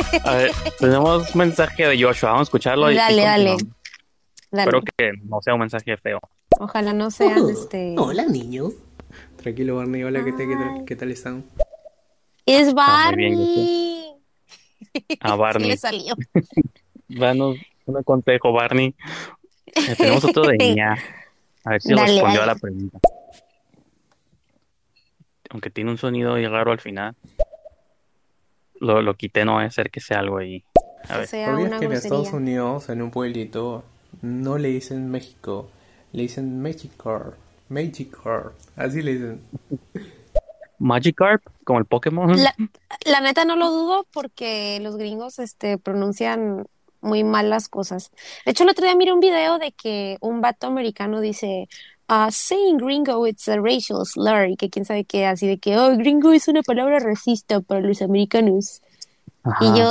A ver, tenemos mensaje de Joshua. Vamos a escucharlo y Dale, dale, continuamos. Espero dale. que no sea un mensaje feo. Ojalá no sean Hola, niños. Tranquilo, Barney. Hola, Ay, qué tal están? es Ah, muy bien, Joshua. Barney. Ah, Sí le Barney. salió. Danos un consejo, Barney. Tenemos otro de ña. A ver si Dale, respondió a dale. la pregunta. Aunque tiene un sonido ahí raro al final. Lo quité, no va a ser que sea algo ahí. A Que ver. sea ¿Sabías una que en Estados grosería. Unidos, en un pueblito, no le dicen México, le dicen Magikarp? Magikarp. Así le dicen. Magikarp, como el Pokémon. La, la neta no lo dudo porque los gringos pronuncian muy mal las cosas. De hecho, el otro día miré un video de que un vato americano dice, saying gringo it's a racial slur, y que quién sabe qué, así de que, oh, gringo es una palabra racista para los americanos. Y Ajá. yo,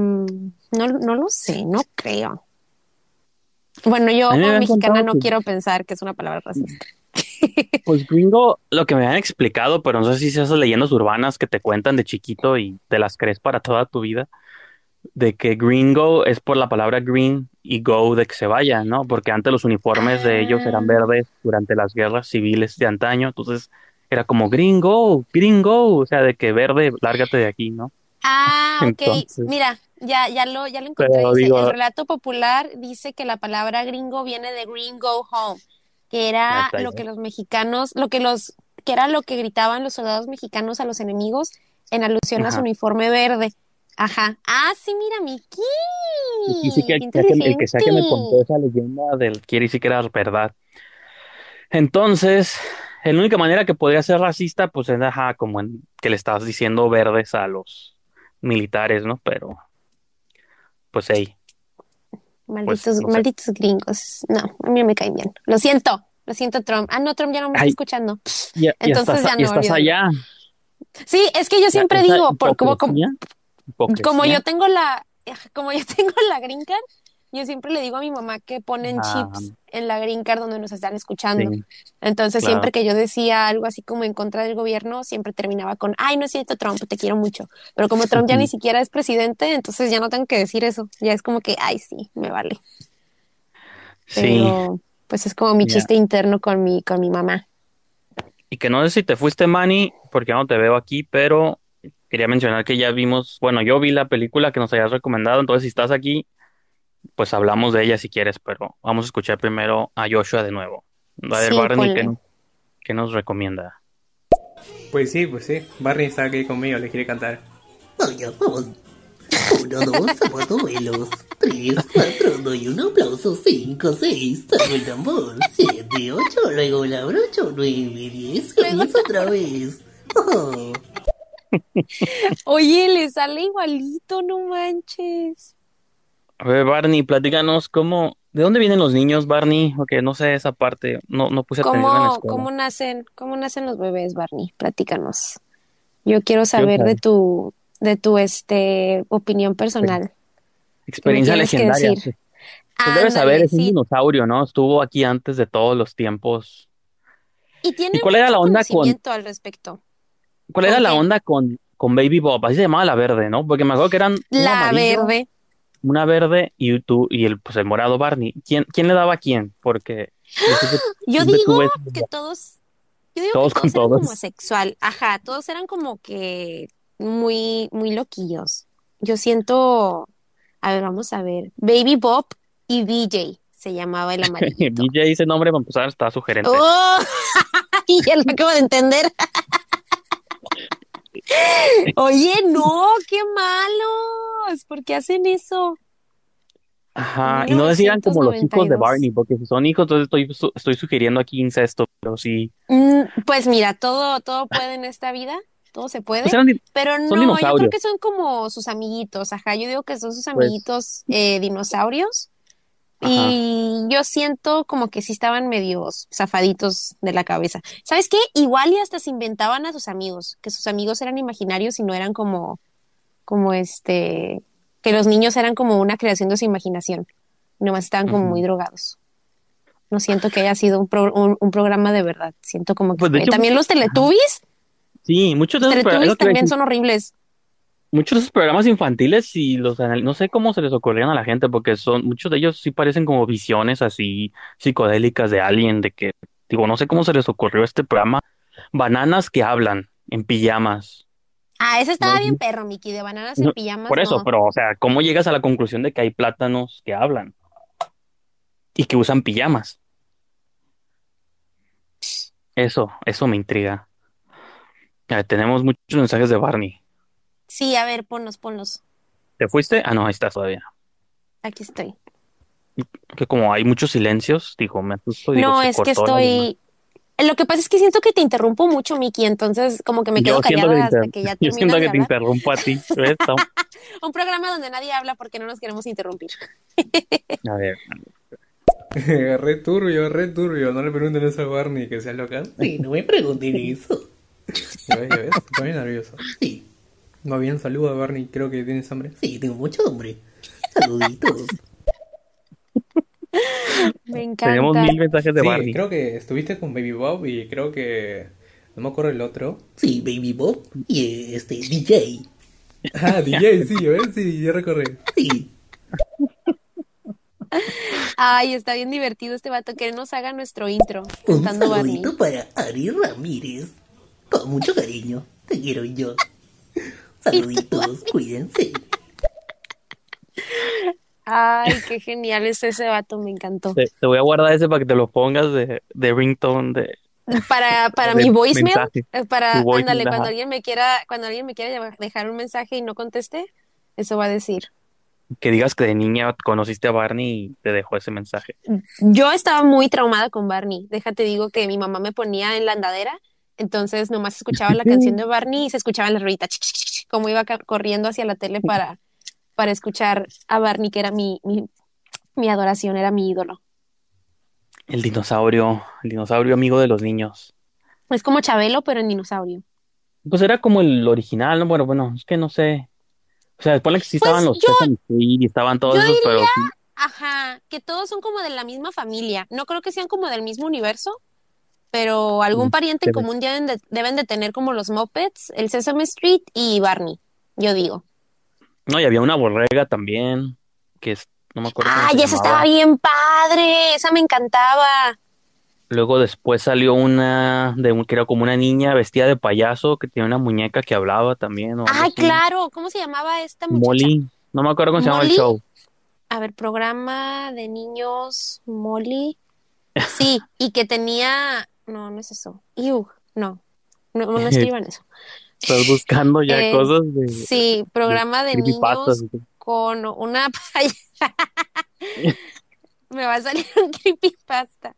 no lo sé, no creo. Bueno, A yo mí me como habían mexicana contado no que, quiero pensar que es una palabra racista. pues gringo, lo que me habían explicado, pero no sé si es esas leyendas urbanas que te cuentan de chiquito y te las crees para toda tu vida, de que gringo es por la palabra green y go de que se vaya, ¿no? Porque antes los uniformes de ellos eran Ah, verdes durante las guerras civiles de antaño, entonces era como gringo, gringo, o sea, de que verde, lárgate de aquí, ¿no? ok. Entonces, Mira, ya lo encontré. pero Dice, el digo, relato popular dice que la palabra gringo viene de green go home, que ahí era está lo ya. que los mexicanos, que era lo que gritaban los soldados mexicanos a los enemigos en alusión a su Ajá. uniforme verde. Ajá. Ah, sí, mira, Miki. Y sí que Qué el que sea inteligente. que me contó esa leyenda del quiere decir que era verdad. Entonces, la única manera que podría ser racista, pues es ajá, como en que le estás diciendo verdes a los militares, ¿no? Pero, pues hey, pues Malditos, no sé. malditos gringos. No, a mí no me caen bien. Lo siento, Trump. Ah, no, Trump ya no me está Ay, escuchando. estás, Entonces ya y no, estás olvídalo. allá. Sí, es que yo Ya, siempre esa digo, hipocresía, como yo hipocresía. tengo como yo tengo la green card, yo siempre le digo a mi mamá que ponen Ah, chips en la green card donde nos están escuchando. sí, Entonces, siempre claro. que yo decía algo así como en contra del gobierno, siempre terminaba con, ay, no es cierto, Trump, te quiero mucho. Pero como Trump ya ni siquiera es presidente, entonces ya no tengo que decir eso. Ya es como que, ay, sí, me vale. Sí, Pero, pues es como mi mira. chiste interno con mi mamá. Y que no sé si te fuiste, Manny, porque ya no te veo aquí, pero quería mencionar que ya vimos, bueno, yo vi la película que nos hayas recomendado, entonces si estás aquí, pues hablamos de ella si quieres, pero vamos a escuchar primero a Joshua de nuevo. A ver, Sí, Barney, ponle. qué nos recomienda? Pues sí. Barney está aquí conmigo, le quiere cantar. Vaya, vamos. Uno, dos, zapato velos. Tres, cuatro, doy un aplauso. Cinco, seis, toco el tambor. Siete, ocho, luego la brocha. Nueve, diez, Luego, comienza otra vez. Oh. oye, le sale igualito, no manches. A ver, Barney, platícanos ¿de dónde vienen los niños, Barney? Ok, no sé esa parte, no puse atención en la escuela. Cómo nacen los bebés, Barney? Platícanos. Yo quiero Quiero saber saber. de tu, opinión Exper- personal. Me Experiencia tienes que legendaria. decir. Pues debes saber, Ándale, es un sí. dinosaurio, ¿no? Estuvo aquí antes de todos los tiempos. Y tiene ¿Y cuál era mucho la onda conocimiento al respecto. cuál ¿Con era la qué? onda con Baby Bob? Así se llamaba la verde, ¿no? Porque me acuerdo que eran uno La amarillo, verde. una verde y tú y pues el morado Barney. ¿Quién le daba a quién? Porque yo sé que Yo siempre digo tuve que todos, yo digo que todos con todos eran como todos. asexual. Ajá, todos eran como que muy, muy loquillos. Yo siento, a ver, vamos a ver. Baby Bob y BJ se llamaba el amarillito. BJ ese nombre para empezar está sugerente. ¡Oh! Ya lo acabo de entender. Oye, no, qué malos. ¿Por qué hacen eso? Ajá, Mil y no decían novecientos como los noventa hijos y de dos. Barney, porque si son hijos, entonces estoy sugiriendo aquí incesto, pero sí. Pues mira, todo puede en esta vida, todo se Pues puede, eran, pero son no, yo creo dinosaurios, que son como sus amiguitos, ajá, yo digo que son sus pues, amiguitos dinosaurios ajá. y yo siento como que sí estaban medios zafaditos de la cabeza. ¿Sabes qué? Igual y hasta se inventaban a sus amigos, que sus amigos eran imaginarios y no eran como que los niños eran como una creación de su imaginación, nomás estaban como muy Ujú. drogados. No siento que haya sido un programa de verdad. Siento como que Pues de fue. hecho, También ajá. Sí, muchos Los de esos, pero es lo Teletubbies que iba a también decir. son horribles. muchos de esos programas infantiles y no sé cómo se les ocurrían a la gente, porque muchos de ellos sí parecen como visiones así psicodélicas de alguien, de que, digo, no sé cómo se les ocurrió este programa. Bananas que hablan en pijamas. Ah, ese No, estaba bien perro, Mickey, de bananas en no, pijamas, por eso, no. pero, o sea, ¿cómo llegas a la conclusión de que hay plátanos que hablan y que usan pijamas? Eso me intriga. Tenemos muchos mensajes de Barney. Sí, a ver, ponlos, ponlos. ¿Te fuiste? Ah, no, ahí estás todavía. Aquí estoy. Que como hay muchos silencios, digo, me asusto, digo, No, se es que cortó la llamada. estoy. Lo que pasa es que siento que te interrumpo mucho, Mickey, entonces como que me quedo Yo siento que callada hasta que ya yo siento terminas de que te hablar. interrumpo a ti. ¿Ves? Un programa donde nadie habla porque no nos queremos interrumpir. A ver, Re turbio, no le pregunten eso a Barney, que sea loca. Sí, no me pregunten eso. Ya ves, se pone nervioso. Sí, Más bien, saluda a Barney, creo que tienes hambre. sí, tengo mucho hambre. Saluditos. Me tenemos encanta. 1000 mensajes de Sí, Barney. creo que estuviste con Baby Bob y creo que... No me acuerdo el otro. Sí, Baby Bob y DJ. Ah, DJ, sí, ¿ves? Sí, ya recorrí. Sí, Ay, está bien divertido este vato que nos haga nuestro intro un cantando Barney. saludito para Ari Ramírez. Con mucho cariño. Te quiero yo. Y tú, Saluditos, cuídense. ay, qué genial es ese vato, me encantó. Te voy a guardar ese para que te lo pongas de ringtone Para de mi voicemail, mensaje. Tu ándale, voicemail, ajá. cuando alguien me quiera dejar un mensaje y no conteste, eso va a decir. Que digas que de niña conociste a Barney y te dejó ese mensaje. Yo estaba muy traumada con Barney. Déjate digo que mi mamá me ponía en la andadera, entonces nomás escuchaba la canción de Barney y se escuchaban las rueditas, como iba corriendo hacia la tele para escuchar a Barney, que era mi adoración, era mi ídolo. El dinosaurio amigo de los niños. Es como Chabelo, pero en dinosaurio. Pues era como el original, ¿no? Bueno, es que no sé. O sea, después que sí estaban Pues los Sesame Street y estaban yo todos esos, diría, pero sí, ajá, que todos son como de la misma familia. No creo que sean como del mismo universo, pero algún pariente en debe- común deben de tener como los Muppets, el Sesame Street y Barney, yo digo. no, y había una borrega también, no me acuerdo cómo se ¡Ay, esa estaba llamaba. bien padre! Esa me encantaba. Luego después salió que era como una niña vestida de payaso que tenía una muñeca que hablaba también o algo ¡Ay, así. claro! ¿Cómo se llamaba esta muchacha? Molly, no me acuerdo cómo se llamaba el ¿Molly? show. A ver, programa de niños, Molly. Sí, y que tenía... No, no es eso. No, no escriban eso. Estás buscando ya Es, cosas sí, de programa de creepypastas. niños con una Me va a salir un creepypasta.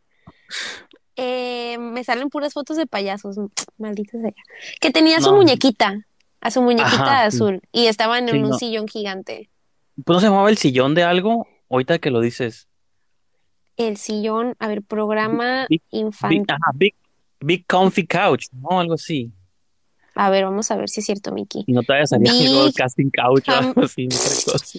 Me salen puras fotos de payasos, maldita sea. Que tenía No, a su muñequita ajá, sí, azul, y estaban sí, en un no. sillón gigante. Pues no se llamaba el sillón de algo, ahorita que lo dices. El sillón, a ver, programa Big, infantil. Big Comfy Couch, ¿no? Algo así. A ver, vamos a ver si es cierto, Mickey. Y no te vaya a salir algo de Big, Casting Couch o com- algo así, otra cosa.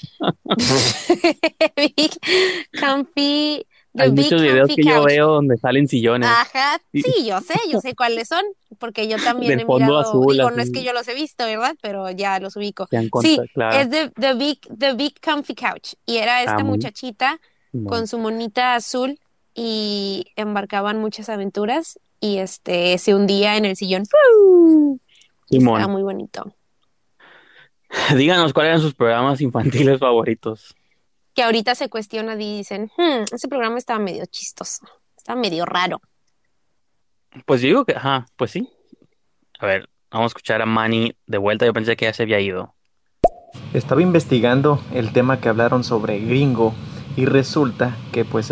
Big Comfy, The Hay Big muchos videos Comfy que yo Couch. veo donde salen sillones Ajá, y sí, yo sé cuáles son, porque yo también del he fondo mirado, azul, digo, no es que así, yo los he visto, ¿verdad? Pero ya los ubico. se dan Sí, cuenta, claro. es The Big Comfy Couch, y era Ah, esta muchachita muy, con su monita azul y embarcaban muchas aventuras y se hundía en el sillón. ¡Fu! Y estaba Simón. muy bonito. Díganos cuáles eran sus programas infantiles favoritos. Que ahorita se cuestiona y dicen, ese programa estaba medio chistoso, estaba medio raro. Pues yo digo que, ajá, pues sí. A ver, vamos a escuchar a Manny de vuelta. Yo pensé que ya se había ido. Estaba investigando el tema que hablaron sobre Gringo y resulta que pues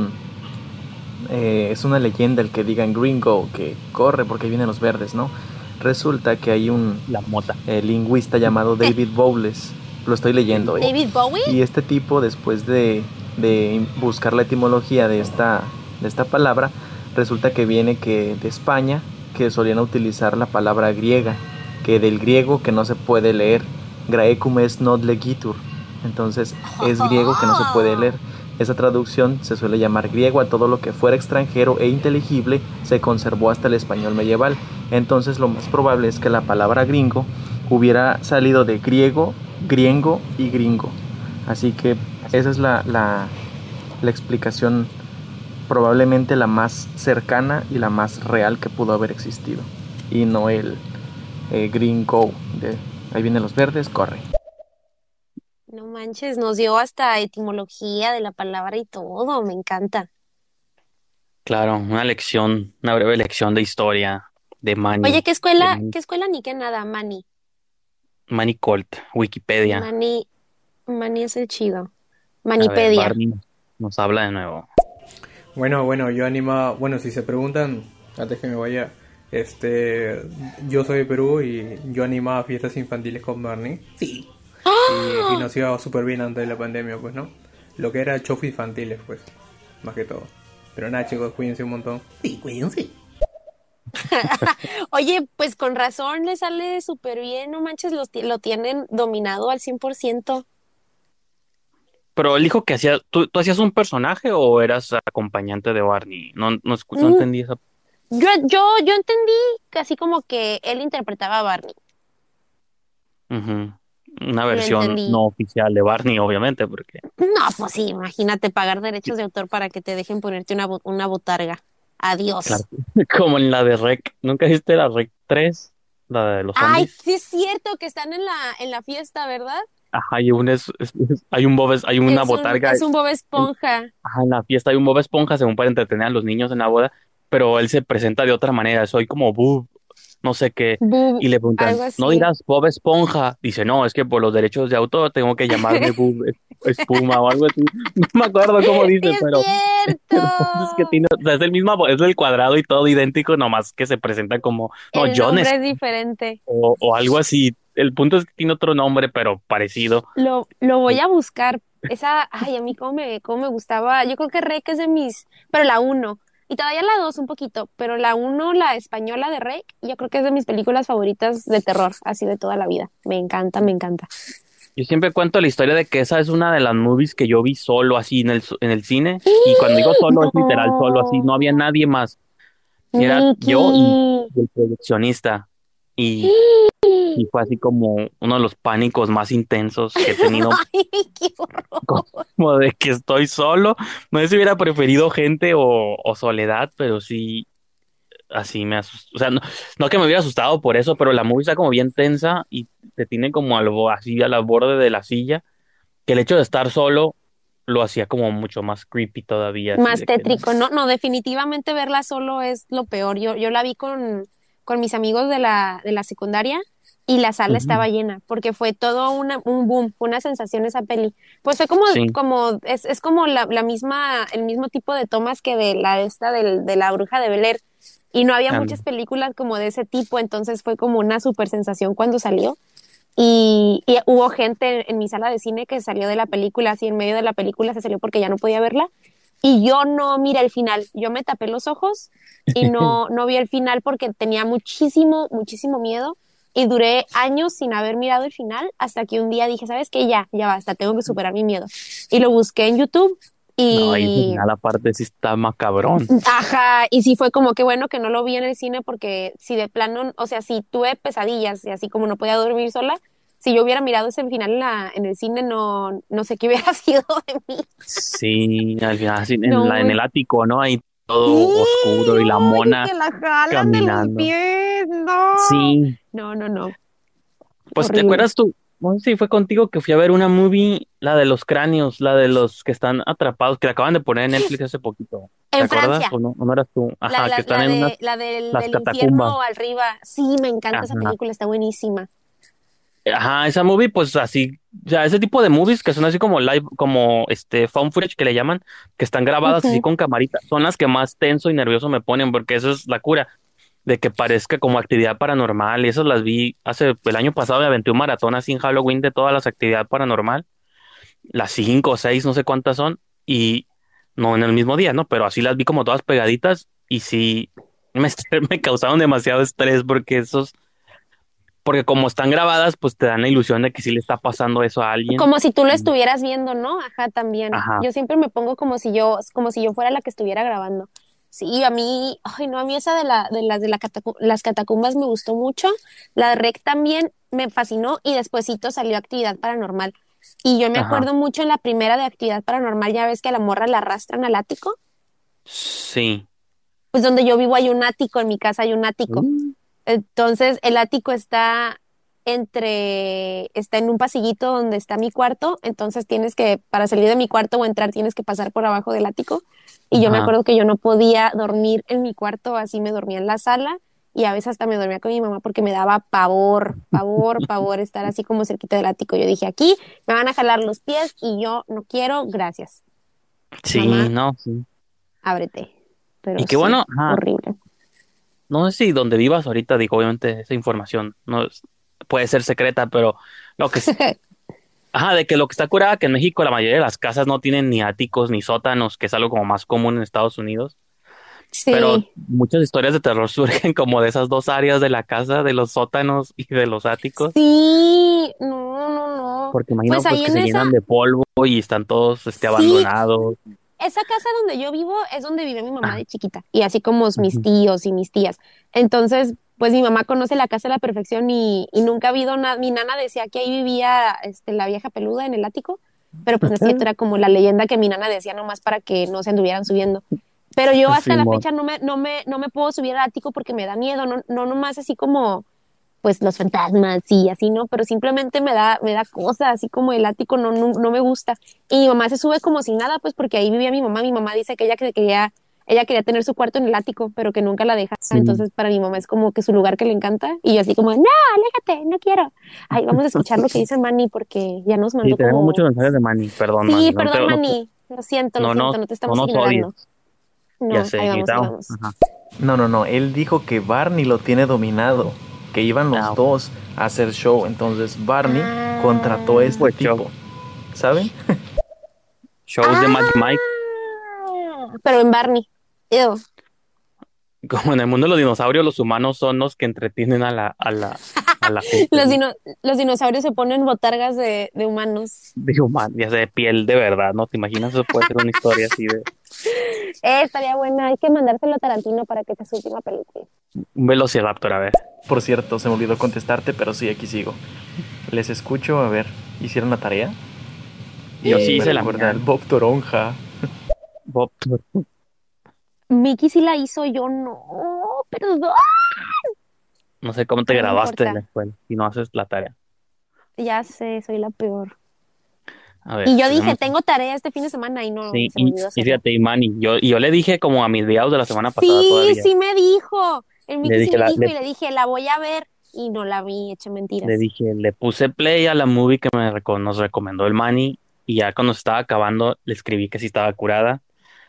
es una leyenda el que digan Gringo que corre porque vienen los verdes, ¿no? Resulta que hay un La mota. lingüista llamado David Bowles, lo estoy leyendo, David Bowie. y este tipo después de buscar la etimología de esta palabra, resulta que viene que de España, que solían utilizar la palabra griega, que del griego que no se puede leer, Graecum est non legitur, entonces es griego que no se puede leer. Esa traducción se suele llamar griego a todo lo que fuera extranjero e inteligible se conservó hasta el español medieval. Entonces lo más probable es que la palabra gringo hubiera salido de griego, griengo y gringo. Así que esa es la explicación probablemente la más cercana y la más real que pudo haber existido. Y no el green go, de ahí vienen los verdes, corre. No manches, nos dio hasta etimología de la palabra y todo, me encanta. Claro, una breve lección de historia de Oye, Manny, ¿qué de escuela, Manny, qué escuela ni qué nada, Manny? Manny Colt, Wikipedia. Manny, Manny es el chido. A ver, Manipedia. Barney nos habla de nuevo. Bueno, yo animaba, bueno, si se preguntan, antes que me vaya, yo soy de Perú y yo animaba fiestas infantiles con Barney Sí. y nos iba súper bien antes de la pandemia, pues, ¿no? Lo que era shows infantiles, pues, más que todo. Pero nada, chicos, cuídense un montón. Sí, cuídense. Oye, pues con razón le sale súper bien, no manches, lo tienen dominado al 100%. Pero él dijo que ¿tú hacías un personaje o eras acompañante de Barney? No Mm, entendí esa. yo entendí que así como que él interpretaba a Barney. Ujú. Una Lo versión entendí. no oficial de Barney, obviamente, porque, No, pues sí, imagínate pagar derechos de autor para que te dejen ponerte una botarga. claro, Adiós. como en la de Rec. ¿Nunca viste la Rec 3? La de los Ay, zombies. sí es cierto que están en la fiesta, ¿verdad? Ajá, hay un hay una Es un, botarga. es un Bob Esponja. Ajá, en la fiesta hay un Bob Esponja, según para entretener a los niños en la boda, pero él se presenta de otra manera. Soy como Bob, no sé qué. Boo, Y le preguntan, algo ¿no así. dirás Bob Esponja? Dice, no, es que por los derechos de autor tengo que llamarme Bob Espuma o algo así. No me acuerdo cómo ¡Sí dice, es pero el punto es que cierto! tiene, o sea, es el mismo, es el cuadrado y todo idéntico, nomás que se presenta como, no, El John nombre es diferente. o algo así. El punto es que tiene otro nombre, pero parecido. Lo voy a buscar. Ay, a mí cómo me gustaba. Yo creo que Rec es de pero la uno. Y todavía la 2 un poquito, pero la uno, la española de Rec, yo creo que es de mis películas favoritas de terror, así de toda la vida. Me encanta, me encanta. Yo siempre cuento la historia de que esa es una de las movies que yo vi solo así en el cine. Y cuando digo solo es literal solo así, no había No, nadie más. Y era yo Nikki. y el proyeccionista. Y, y fue así como uno de los pánicos más intensos que he tenido, Ay, qué horror. como de que estoy solo. No sé si hubiera preferido gente o soledad, pero sí, así me asustó. O sea, no que me hubiera asustado por eso, pero la movie está como bien tensa y te tiene como así a la borde de la silla, que el hecho de estar solo lo hacía como mucho más creepy todavía, así Más de que no. tétrico, no, no, definitivamente verla solo es lo peor. Yo la vi con mis amigos de la secundaria y la sala Ujú. estaba llena, porque fue todo un boom, fue una sensación esa peli. Pues fue como, Sí, es como la misma, el mismo tipo de tomas que de la esta de la Bruja de Bel Air. Y no había anda. muchas películas como de ese tipo, entonces fue como una super sensación cuando salió. Y hubo gente en mi sala de cine que salió de la película, así en medio de la película se salió porque ya no podía verla. Y yo no miré el final, yo me tapé los ojos y no vi el final porque tenía muchísimo, muchísimo miedo. Y duré años sin haber mirado el final hasta que un día dije, ¿sabes qué? Ya basta, tengo que superar mi miedo. Y lo busqué en YouTube No, y ese y, final aparte sí está macabrón. ajá, y sí fue como que bueno que no lo vi en el cine porque si de plano, o sea, si tuve pesadillas y así como no podía dormir sola, si yo hubiera mirado ese final en el cine, no sé qué hubiera sido de mí. Sí, al final así No, en el ático, ¿no? Ahí todo sí, oscuro y la oye, mona que la jalan de los caminando. pies, no. Sí, No, pues ¿te horrible. acuerdas tú? No sé si fue contigo que fui a ver una movie, la de los cráneos, la de los que están atrapados, que la acaban de poner en Netflix hace poquito. ¿Te En acuerdas? Francia, O no eras tú? la, Ajá, que la, están la en de, la del, las del catacumbas. infierno arriba, sí, me encanta esa Ajá. película, está buenísima. Ajá, esa movie, pues así, o sea, ese tipo de movies que son así como live, como found footage que le llaman, que están grabadas así Ujú. con camarita, son las que más tenso y nervioso me ponen, porque eso es la cura, de que parezca como actividad paranormal, y esas las vi el año pasado, me aventé un maratón así en Halloween de todas las actividades paranormal, las cinco o seis, no sé cuántas son, y no en el mismo día, ¿no? Pero así las vi como todas pegaditas, y sí, me, me causaron demasiado estrés, porque como están grabadas, pues te dan la ilusión de que sí le está pasando eso a alguien. Como si tú lo Y- estuvieras viendo, ¿no? Ajá, también. Ajá, Yo siempre me pongo como si yo fuera la que estuviera grabando. Sí, a mí, ay no, a mí esa las catacumbas me gustó mucho, la de Rec también me fascinó y despuesito salió Actividad Paranormal. Y yo me Ajá. acuerdo mucho en la primera de Actividad Paranormal, ya ves que a la morra la arrastran al ático, Sí. pues donde yo vivo hay un ático, en mi casa hay un ático. Mm. Entonces, el ático está en un pasillito donde está mi cuarto, entonces para salir de mi cuarto o entrar, tienes que pasar por abajo del ático. Y yo me Ajá. acuerdo que yo no podía dormir en mi cuarto, así me dormía en la sala y a veces hasta me dormía con mi mamá porque me daba pavor, pavor, pavor estar así como cerquita del ático. Yo dije, aquí me van a jalar los pies y yo no quiero, gracias. Sí, Mamá, no, sí. ábrete. Pero Y qué sí, bueno, ajá. horrible. No sé si donde vivas ahorita, digo, obviamente esa información puede ser secreta, pero lo que es, ajá, de que lo que está curada que en México la mayoría de las casas no tienen ni áticos ni sótanos, que es algo como más común en Estados Unidos, pero Sí. muchas historias de terror surgen como de esas dos áreas de la casa, de los sótanos y de los áticos, Sí, no, no, no. porque imagino Pues pues ahí que en se esa, llenan de polvo y están todos sí, abandonados. esa casa donde yo vivo es donde vive mi mamá Ah, de chiquita y así como mis ujú. tíos y mis tías. Entonces, pues mi mamá conoce la casa a la perfección y nunca ha habido nada. Mi nana decía que ahí vivía la vieja peluda en el ático, pero pues no es cierto, era como la leyenda que mi nana decía nomás para que no se anduvieran subiendo. Pero yo hasta la Simón. fecha no me puedo subir al ático porque me da miedo, no, no nomás así como pues los fantasmas y así, ¿no? Pero simplemente me da cosa, así como el ático no me gusta. Y mi mamá se sube como si nada, pues porque ahí vivía mi mamá. Mi mamá dice que ella quería tener su cuarto en el ático, pero que nunca la deja. Sí, Entonces para mi mamá es como que su lugar que le encanta. Y yo así como, no, aléjate, no quiero. Ay, vamos a escuchar lo que dice Manny porque ya nos sí, mandó tenemos como, muchos mensajes de Manny, perdón sí, Manny, perdón, Manny. Lo siento, no te no estamos nos odies, ignorando. ya No, sé, ahí vamos, ahí necesitamos, vamos. ajá. No, no, no. Él dijo que Barney lo tiene dominado. Que iban los Ah, dos a hacer show. Entonces Barney contrató a Ah, este pues show, tipo. ¿Saben? shows de Magic Mike, pero en Barney. Ew. como en el mundo de los dinosaurios, los humanos son los que entretienen a la gente, Los, ¿no? dino- los dinosaurios se ponen botargas de humanos. Digo, man, ya sé, de piel de verdad, ¿no? ¿Te imaginas? Eso puede ser una historia así de Estaría buena. Hay que mandárselo a Tarantino para que sea su última película. un velociraptor, a ver. Por cierto, se me olvidó contestarte, pero sí, aquí sigo. Les escucho, a ver, ¿hicieron la tarea? Yo sí Me hice la recuerda mía, al Bob Toronja. Bob, Mickey sí la hizo, yo no. Perdón. no sé cómo te Pero no graduaste de la importa. escuela si no haces la tarea. Ya sé, soy la peor. A ver, Y yo dije, tenemos, tengo tarea este fin de semana y no, sí, se me olvidó y hacerla. fíjate, y Manny, yo le dije como a mis videos de la semana pasada Sí, todavía, sí me dijo. El le Mickey sí dije, me dijo y le dije, la voy a ver. Y no la vi, eché le mentiras. dije, le puse play a la movie que nos recomendó el Manny y ya cuando se estaba acabando le escribí que sí estaba curada.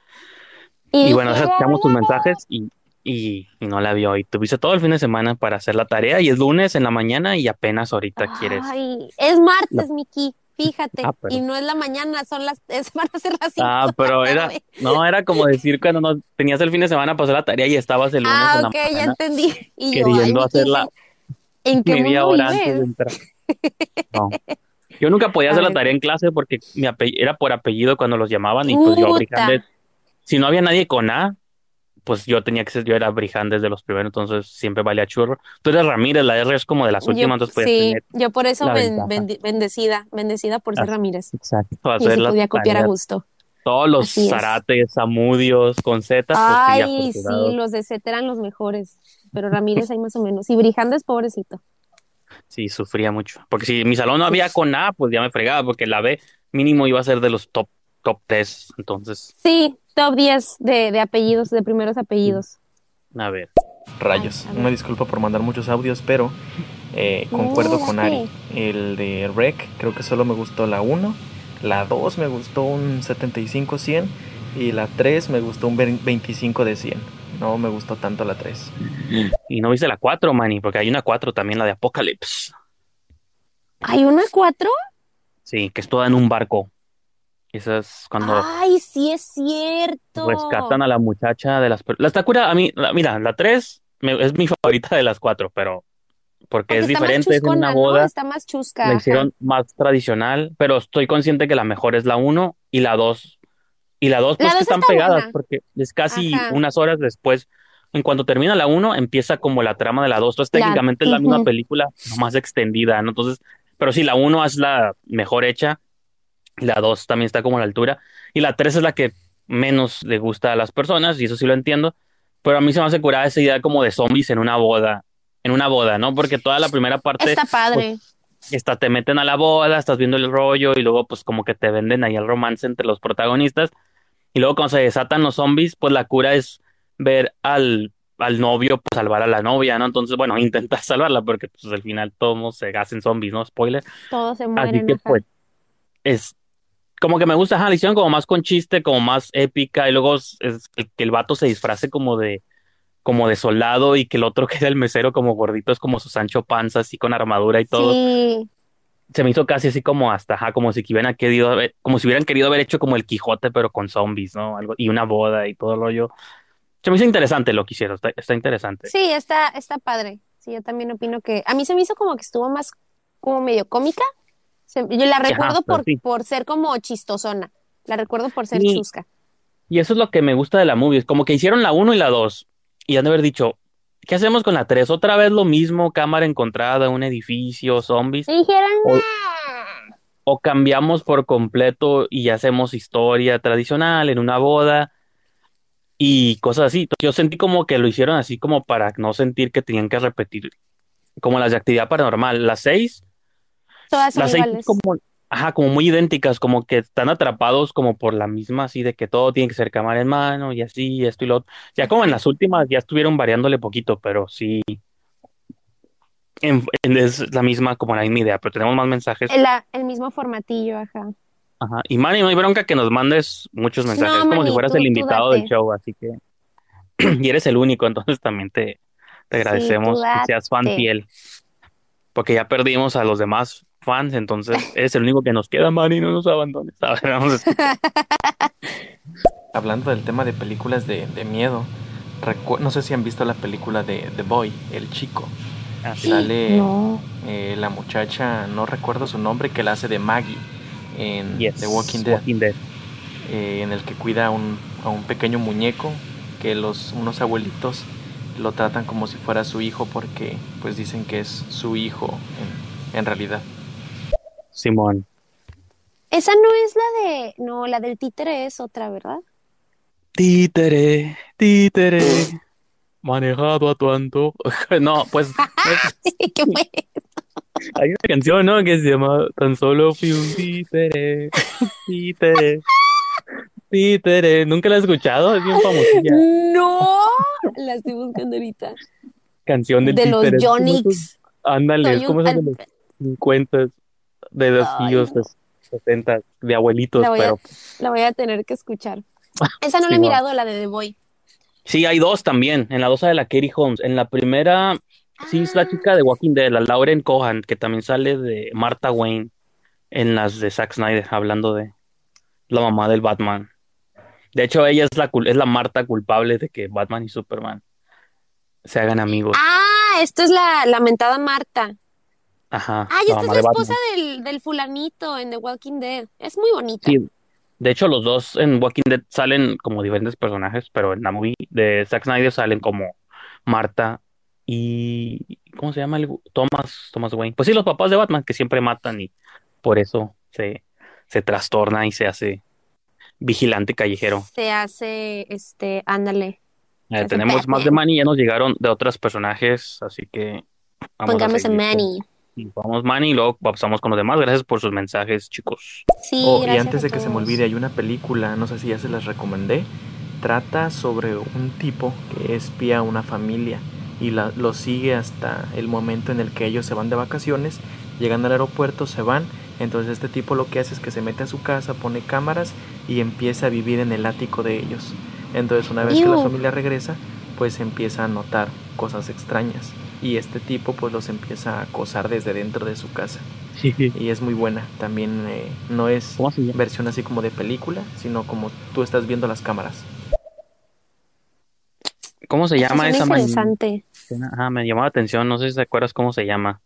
Y Y dije, bueno, la voy escuchamos tus a mensajes y no la vio. Y tuviste todo el fin de semana para hacer la tarea y es lunes en la mañana y apenas ahorita quieres. Ay, es la- martes, Miki, fíjate, Ah, y pero, no es la mañana, van a ser las 5 de la era, tarde. no, era como decir cuando no tenías el fin de semana para hacer la tarea y estabas el lunes en Ah, la ok, ya mañana entendí. Y yo, ay, queriendo Miki, hacerla ¿en qué media mundo hora antes de vives? entrar. No. Yo nunca podía hacer la Ay, tarea en clase porque era por apellido cuando los llamaban y pues yo, puta. Brijandes, si no había nadie con A, pues yo tenía que ser, yo era Brijandes de los primeros, entonces siempre valía churro. Tú eres Ramírez, la R es como de las últimas, entonces podías Sí, tener yo por eso la ventaja. bendecida por ser Ramírez. Exacto, para Y hacer así la podía copiar a tarea. gusto. Todos los Así es. zarates, zamudios con Z, pues sí, Ay, sí, afortunados. los de Z eran los mejores, pero Ramírez hay más o menos. Y Brijandes, pobrecito. Sí, sufría mucho. Porque si mi salón no Sí. había con A, pues ya me fregaba, porque la B mínimo iba a ser de los top 3. Entonces, Sí, top 10 de apellidos, de primeros sí. apellidos. A ver. Ay, Rayos. a Una ver. disculpa por mandar muchos audios, pero No, concuerdo con Ari. date. El de Rec, creo que solo me gustó la uno. La 2 me gustó un 75-100. Y la 3 me gustó un 25 de 100. No me gustó tanto la 3. Y no viste la 4, Manny, porque hay una 4 también, la de Apocalypse. ¿Hay una 4? Sí, que es toda en un barco. Esa es cuando Ay, sí es cierto. rescatan a la muchacha de las... La Sakura, a mí, mira, la 3 es mi favorita de las 4, pero porque Porque es está más diferente, es en una chuscona, ¿no? boda, Está más la chusca, ajá. hicieron más tradicional, pero estoy consciente que la mejor es la uno y la 2 Y la 2 La pues que 2 están está pegadas, buena. porque es casi Ajá. unas horas después. En cuanto termina la uno empieza como la trama de la 2. Entonces técnicamente es la misma Ujú. película, nomás extendida, ¿no? Entonces, pero sí, la uno es la mejor hecha, la 2 también está como a la altura, y la 3 es la que menos le gusta a las personas, y eso sí lo entiendo, pero a mí se me hace curada esa idea como de zombies en una boda, ¿no? Porque toda la primera parte, Está pues, padre. te meten a la boda, estás viendo el rollo, y luego pues como que te venden ahí el romance entre los protagonistas, y luego cuando se desatan los zombies, pues la cura es ver al novio pues, salvar a la novia, ¿no? Entonces, bueno, intentar salvarla, porque pues al final todos se hacen zombies, ¿no? Spoiler. Todos se Así mueren, que ajá. pues es como que me gusta, ajá, la hicieron como más con chiste, como más épica, y luego es que el vato se disfrace como de soldado y que el otro que es el mesero como gordito es como su Sancho Panza, así con armadura y todo. Sí, Se me hizo casi así como hasta, ajá, como si como si hubieran querido haber hecho como el Quijote, pero con zombies, ¿no? Algo, y una boda y todo el rollo. Se me hizo interesante lo que hicieron, está interesante. sí, está padre. Sí, yo también opino que a mí se me hizo como que estuvo más como medio cómica. Yo la Y ajá, recuerdo pero sí. por ser como chistosona. La recuerdo por ser Y, chusca. y eso es lo que me gusta de la movie, es como que hicieron la uno y la 2 y han de haber dicho, ¿qué hacemos con la 3? Otra vez lo mismo, cámara encontrada, un edificio, zombies. Y dijeron, O, o cambiamos por completo y hacemos historia tradicional en una boda y cosas así. Yo sentí como que lo hicieron así como para no sentir que tenían que repetir, como las de actividad paranormal. todas son Las seis es iguales. como, ajá, como muy idénticas, como que están atrapados como por la misma, así de que todo tiene que ser cámara en mano y así, esto y lo otro. Ya como en Ajá. las últimas ya estuvieron variándole poquito, pero sí, es la misma, como la misma idea, pero tenemos más mensajes. El mismo formatillo, ajá. Ajá. Y Manny, no hay bronca que nos mandes muchos No, mensajes, como si Manny, fueras el tú invitado del date. show, así que, y eres el único, entonces también te Sí, tú agradecemos que seas fan date. fiel, porque ya perdimos a los demás fans, entonces eres el único que nos queda, Manny, no nos abandones. A ver, vamos a escuchar. Hablando del tema de películas de miedo, no sé si han visto la película de The Boy, El Chico. Así. Sale No. la muchacha, no recuerdo su nombre, que la hace de Maggie en The Walking Yes, Dead, Walking Dead. en el que cuida a un pequeño muñeco que unos abuelitos lo tratan como si fuera su hijo porque pues dicen que es su hijo en realidad. Simón. Esa no es la de. No, la del títere es otra, ¿verdad? Títere, títere, manejado a tu antojo. No, pues ¿Qué fue? hay una canción, ¿no? Que se llama Tan solo fui un títere, títere, títere. ¿Nunca la has escuchado? Es bien famosilla. No, la estoy buscando ahorita. Canción del De los títere. Es como esos, Yonix. ándale, es Soy un. como esos de los 50, de los Ay, tíos, no. 60, de La abuelitos, voy a, pero la voy a tener que escuchar. Esa no la he Simón. mirado, la de The Boy. Sí, hay dos también. En la dos de la Katie Holmes. En la primera, sí es la Ah, chica de Walking Dead, la Lauren Cohan, que también sale de Martha Wayne en las de Zack Snyder, hablando de la mamá del Batman. De hecho, ella es la Marta culpable de que Batman y Superman se hagan amigos. esto es la lamentada Marta. Ajá, Ay, la esta es mamá la de esposa Batman. del fulanito en The Walking Dead. Es muy bonita. Sí, de hecho, los dos en Walking Dead salen como diferentes personajes, pero en la movie de Zack Snyder salen como Marta y ¿cómo se llama Thomas Wayne? Pues sí, los papás de Batman que siempre matan y por eso se trastorna y se hace vigilante callejero. Se hace, ándale, se hace Tenemos más de Batman. Manny, ya nos llegaron de otros personajes, así que vamos a Pongamos a seguir Manny. y vamos Manny y luego pasamos con los demás. Gracias por sus mensajes, chicos. Sí, Oh, y gracias antes a de que se me olvide, todos. hay una película, no sé si ya se las recomendé, trata sobre un tipo que espía a una familia y lo sigue hasta el momento en el que ellos se van de vacaciones, llegan al aeropuerto, se van, entonces este tipo lo que hace es que se mete a su casa, pone cámaras y empieza a vivir en el ático de ellos. Entonces una vez que la Ew. familia regresa, pues empieza a notar cosas extrañas y este tipo pues los empieza a acosar desde dentro de su casa Sí. y es muy buena. También no es ¿Cómo se llama? versión así como de película, sino como tú estás viendo las cámaras. ¿Cómo se Esta llama suena esa Manny? interesante. Ajá, me llamó la atención, no sé si te acuerdas cómo se llama.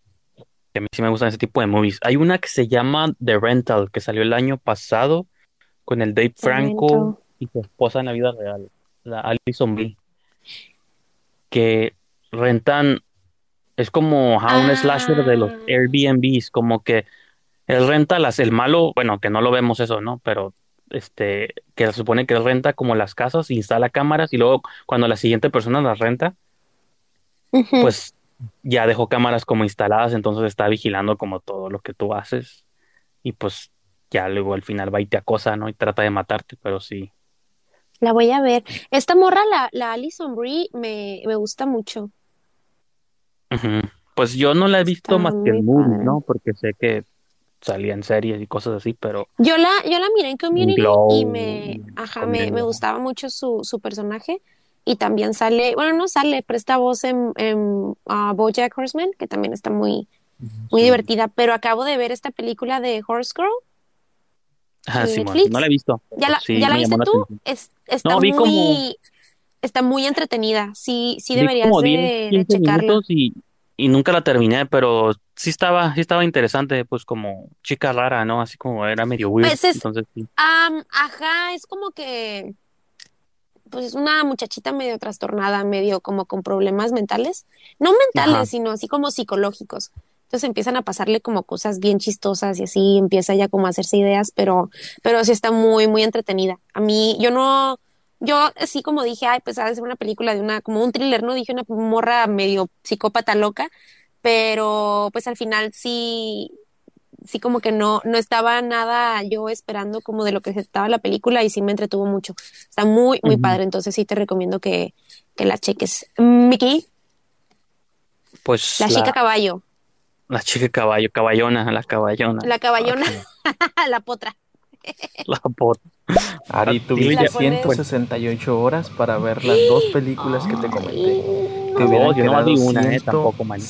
Que a mí sí me gustan ese tipo de movies. Hay una que se llama The Rental, que salió el año pasado. con el Dave Franco Memento. y su esposa en la vida real, la Alison Brie, que rentan, es como un slasher de los Ah, Airbnbs, como que él renta el malo, bueno, que no lo vemos eso, ¿no? Pero que se supone que él renta como las casas, instala cámaras y luego cuando la siguiente persona las renta, ujú. pues ya dejó cámaras como instaladas, entonces está vigilando como todo lo que tú haces y pues ya luego al final va y te acosa, ¿no? Y trata de matarte, pero sí. La voy a ver. Esta morra, la Alison Brie, me gusta mucho. Ujú. Pues yo no la he visto Está más que muy en movies, padre. ¿no? Porque sé que salía en series y cosas así, pero Yo la miré en en Community y Glow, me, ajá, me comedia. gustaba mucho su personaje. Y también sale, bueno, no sale, presta voz en BoJack Horseman, que también está muy Sí. divertida. Pero acabo de ver esta película de Horse Girl Ah, en Simón, no la Netflix. he visto, ¿Ya pero la, sí ya la me llamó viste la tú? atención. Está No, está muy entretenida. Sí vi deberías como 10 de 15 checarla. minutos y nunca la terminé, pero sí estaba interesante, pues como chica rara, ¿no? Así como era medio weird, Pues es, entonces sí. ajá, es como que, pues es una muchachita medio trastornada, medio como con problemas mentales. No Ajá. mentales, sino así como psicológicos. Entonces empiezan a pasarle como cosas bien chistosas y así empieza ya como a hacerse ideas, pero sí está muy entretenida. A mí, yo así como dije, ay, pues ha de ser una película de como un thriller, ¿no? Dije una morra medio psicópata loca, pero pues al final sí como que no estaba nada yo esperando como de lo que se trataba la película y sí me entretuvo mucho. Está muy Ujú. padre, entonces sí te recomiendo que la cheques. Mickey, Pues la chica caballo, la chica caballo, caballona, la caballona. la caballona, Ok. la potra. La pot. A Ari, ti le La tuviste pones. bueno, 168 horas para ver las dos películas que te comenté. Ay, Te las hubieran dos, yo nomás quedado vi una, tampoco, man.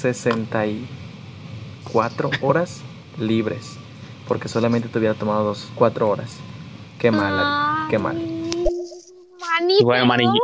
164 horas libres, porque solamente te hubiera tomado 4 horas. Qué mal, Ari, qué mal. Manny, Y bueno, man, perdón.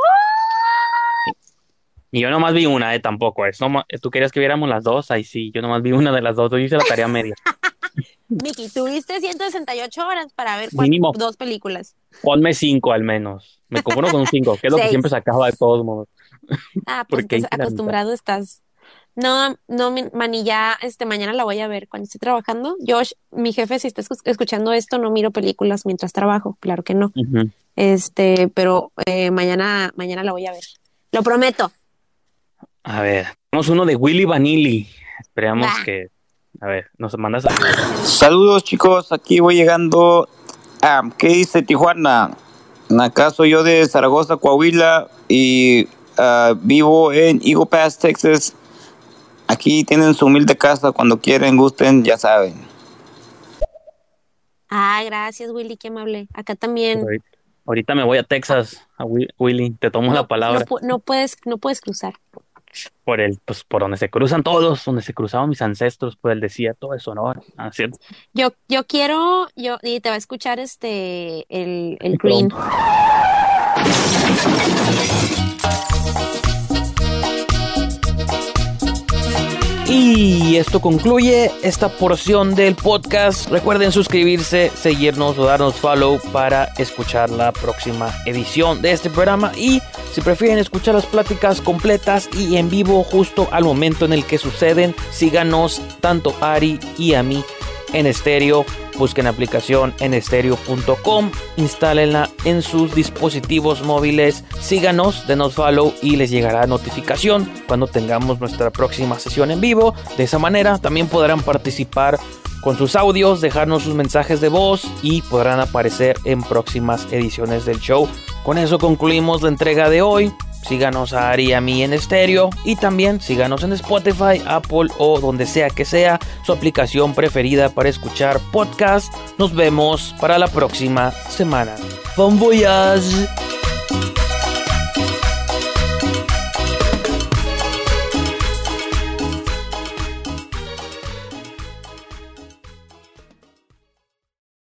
y yo nomás vi una, tampoco. Tú querías que viéramos las dos, ahí sí, yo nomás vi una de las dos, yo hice la tarea media. Mickey, tuviste 168 horas para ver Mínimo, dos películas. ponme cinco al menos. Me conformo con un cinco, que es lo que siempre Seis. sacaba de todos modos, Pues porque entonces hice la mitad. acostumbrado estás. No, Manny, ya mañana la voy a ver cuando esté trabajando. Josh, mi jefe, si está escuchando esto, no miro películas mientras trabajo, claro que no. Ujú. Pero mañana la voy a ver. Lo prometo. A ver, tenemos uno de Willy Vanilli. Esperamos Va. que, a ver, nos manda saludos. Saludos chicos, aquí voy llegando. ¿Qué dice Tijuana? Acá soy yo de Zaragoza, Coahuila y vivo en Eagle Pass, Texas. Aquí tienen su humilde casa cuando quieren, gusten, ya saben. Gracias, Willy, qué amable. Acá Pero también. ahorita me voy a Ah, Texas, Willy, te tomo la palabra no puedes cruzar. pues por donde se cruzan todos, donde se cruzaban mis ancestros, por el desierto de Sonora. Ah, ¿cierto? Y te va a escuchar el Ay, Green. perdón. Y esto concluye esta porción del podcast. Recuerden suscribirse, seguirnos o darnos follow para escuchar la próxima edición de este programa. Y si prefieren escuchar las pláticas completas y en vivo justo al momento en el que suceden, síganos tanto a Ari y a mí en estéreo. Busquen la aplicación en estereo.com, instálenla en sus dispositivos móviles, síganos, denos follow y les llegará notificación cuando tengamos nuestra próxima sesión en vivo. De esa manera también podrán participar con sus audios, dejarnos sus mensajes de voz y podrán aparecer en próximas ediciones del show. Con eso concluimos la entrega de hoy. Síganos a Ari y a mí en estéreo y también síganos en Spotify, Apple o donde sea que sea su aplicación preferida para escuchar podcast. Nos vemos para la próxima semana. Bon voyage.